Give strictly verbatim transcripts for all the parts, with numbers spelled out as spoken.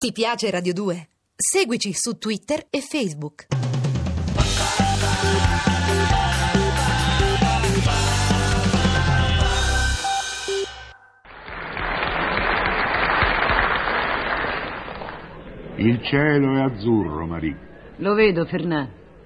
Ti piace Radio due? Seguici su Twitter e Facebook. Il cielo è azzurro, Marie. Lo vedo, Fernà.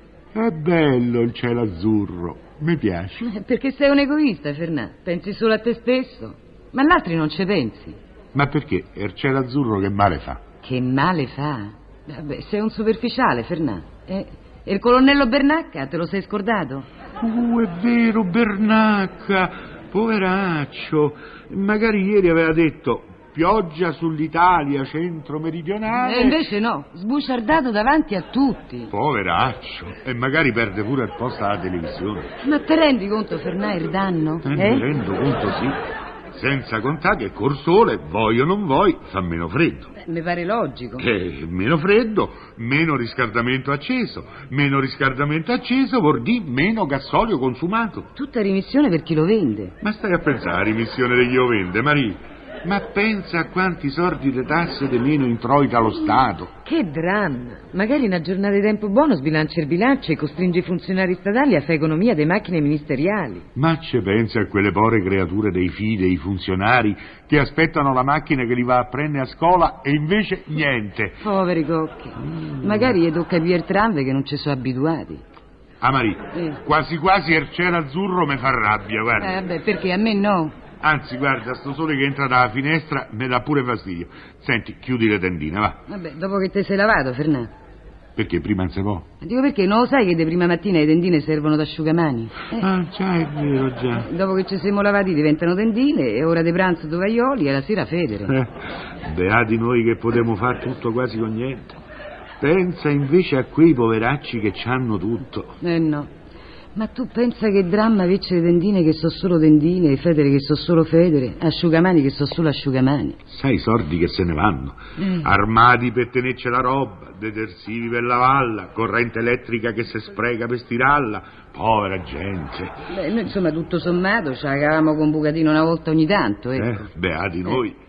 È bello il cielo azzurro, mi piace. Perché sei un egoista, Fernà. Pensi solo a te stesso. Ma agli altri non ci pensi. Ma perché? È il cielo azzurro che male fa? Che male fa? Vabbè, sei un superficiale, Fernà. Eh, e il colonnello Bernacca, te lo sei scordato? Uh, è vero, Bernacca, poveraccio. Magari ieri aveva detto pioggia sull'Italia centro-meridionale. E invece no, sbugiardato davanti a tutti. Poveraccio. E magari perde pure il posto alla televisione. Ma te rendi conto, Fernà, il danno? Eh, eh? Mi rendo conto, sì. Senza contare che col sole, vuoi o non vuoi, fa meno freddo. Beh, mi pare logico. Che meno freddo, meno riscaldamento acceso. Meno riscaldamento acceso vuol dire meno gasolio consumato. Tutta rimissione per chi lo vende. Ma stai a pensare alla rimissione degli ovende, Marie? Ma pensa a quanti soldi di tasse di meno introita lo Stato. Che dramma. Magari una giornata di tempo buono sbilancia il bilancio e costringe i funzionari statali a fare economia delle macchine ministeriali. Ma ci pensa a quelle povere creature dei figli, dei funzionari, che aspettano la macchina che li va a prendere a scuola e invece niente. Poveri cocchi. Mm. Magari gli tocca più il tram che non ci sono abituati. Ah, Marie, eh. quasi quasi il cielo azzurro mi fa rabbia, guarda. Eh, beh, perché a me no. Anzi, guarda, sto sole che entra dalla finestra mi dà pure fastidio. Senti, chiudi le tendine, va. Vabbè, dopo che te sei lavato, Fernà. Perché prima non si può? Dico perché non lo sai che di prima mattina le tendine servono da asciugamani? Eh. Ah, già, è vero, già. Dopo che ci siamo lavati diventano tendine e ora di pranzo tovaglioli e la sera federe. Eh, beati noi che potremmo fare tutto quasi con niente. Pensa invece a quei poveracci che c'hanno tutto. Eh no. Ma tu pensa che dramma invece le tendine che so solo tendine, e federe che so solo federe, asciugamani che so solo asciugamani. Sai i soldi che se ne vanno? Mm. Armadi per tenerci la roba, detersivi per lavarla, corrente elettrica che si spreca per stirarla. Povera gente. Beh, noi insomma tutto sommato ci cagavamo con bucatino una volta ogni tanto, ecco. Eh, beati noi. Eh.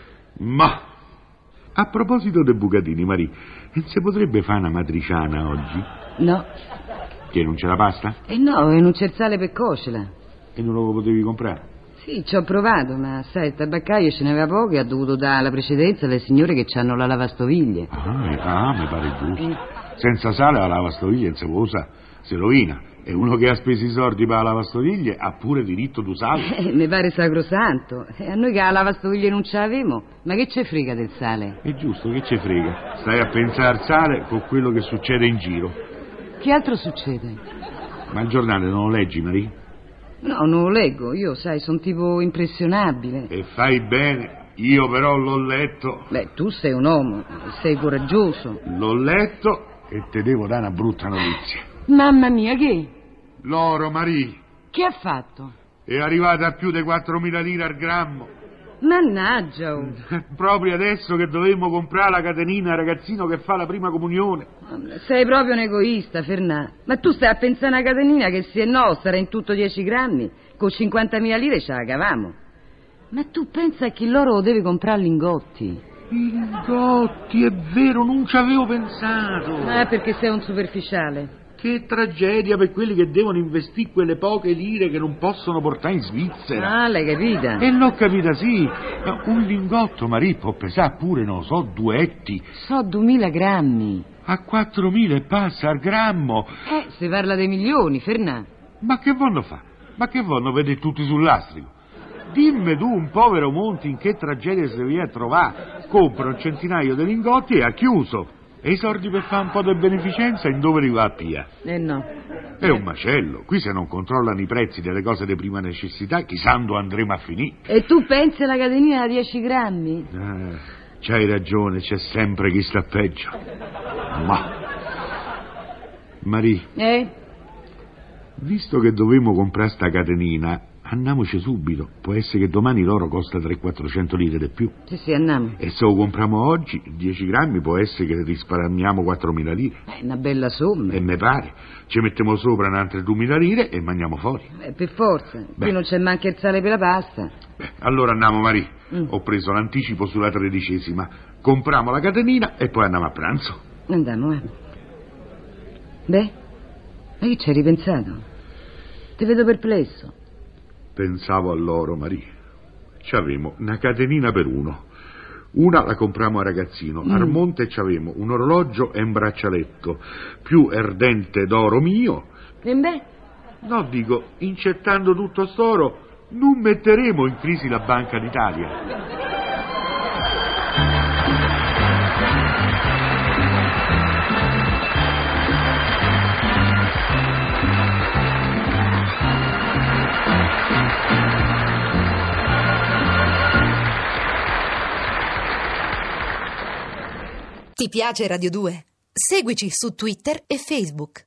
Ma, a proposito dei bucatini, Marie, non si potrebbe fare una matriciana oggi? No. Che non c'è la pasta? Eh no, e non c'è il sale per cuocerla. E non lo potevi comprare? Sì, ci ho provato, ma sai, il tabaccaio ce n'aveva poco e ha dovuto dare la precedenza alle signore che hanno la lavastoviglie. Ah, ah, mi pare giusto. Mm. Senza sale la lavastoviglie non si può usare, si rovina. E uno che ha speso i soldi per la lavastoviglie ha pure diritto di usarlo. Eh, mi pare sacrosanto. E a noi che la lavastoviglie non ce l'avemo, ma che ce frega del sale? È giusto, che ce frega. Stai a pensare al sale con quello che succede in giro. Che altro succede? Ma il giornale non lo leggi, Marie? No, non lo leggo. Io, sai, sono tipo impressionabile. E fai bene. Io però l'ho letto. Beh, tu sei un uomo, sei coraggioso. L'ho letto e te devo dare una brutta notizia. Mamma mia, che? L'oro, Marie. Che ha fatto? È arrivata a più di quattromila lire al grammo. Mannaggia, oh. Proprio adesso che dovemmo comprare la catenina al ragazzino che fa la prima comunione. Sei proprio un egoista, Fernà. Ma tu stai a pensare a una catenina che se no sarà in tutto dieci grammi. Con cinquantamila lire ce la cavamo. Ma tu pensa che l'oro lo deve comprare a lingotti? Lingotti, è vero, non ci avevo pensato. Ah, perché sei un superficiale. Che tragedia per quelli che devono investire quelle poche lire che non possono portare in Svizzera. Ah, l'hai capita? E l'ho capita, sì. Un lingotto, Marie, può pesare pure, non so, due etti. So, duemila grammi. A quattromila e passa al grammo. Eh, si parla dei milioni, Fernà. Ma che vanno fa? Ma che vanno vedere tutti sul lastrico? Dimmi tu, un povero Monti, in che tragedia si viene a trovare? Compra un centinaio di lingotti e ha chiuso. E i soldi per fare un po' di beneficenza in dove li va a pia? Eh no. È un macello. Qui se non controllano i prezzi delle cose di prima necessità, chissà dove andremo a finire. E tu pensi alla catenina da dieci grammi? Eh, c'hai ragione, c'è sempre chi sta peggio. Ma... Marie. Eh? Visto che dovevamo comprare sta catenina, andiamoci subito. Può essere che domani l'oro costa trecento quattrocento lire di più. Sì, sì, andiamo. E se lo compriamo oggi, dieci grammi, può essere che risparmiamo quattromila lire. È una bella somma. E me pare. Ci mettiamo sopra un'altra duemila lire e mangiamo fuori. Beh, per forza. Beh. Qui non c'è manca il sale per la pasta. Beh, allora andiamo, Marie. Mm. Ho preso l'anticipo sulla tredicesima. compriamo la catenina e poi andiamo a pranzo. Andiamo, eh. Beh, ma che ci hai ripensato? Ti vedo perplesso. Pensavo a loro, Maria. C'avemo una catenina per uno. Una la compriamo a ragazzino. Mm. Al monte c'avemo un orologio e un braccialetto, più erdente d'oro mio. E beh? No, dico, incettando tutto st'oro, non metteremo in crisi la Banca d'Italia. Ti piace Radio due? Seguici su Twitter e Facebook.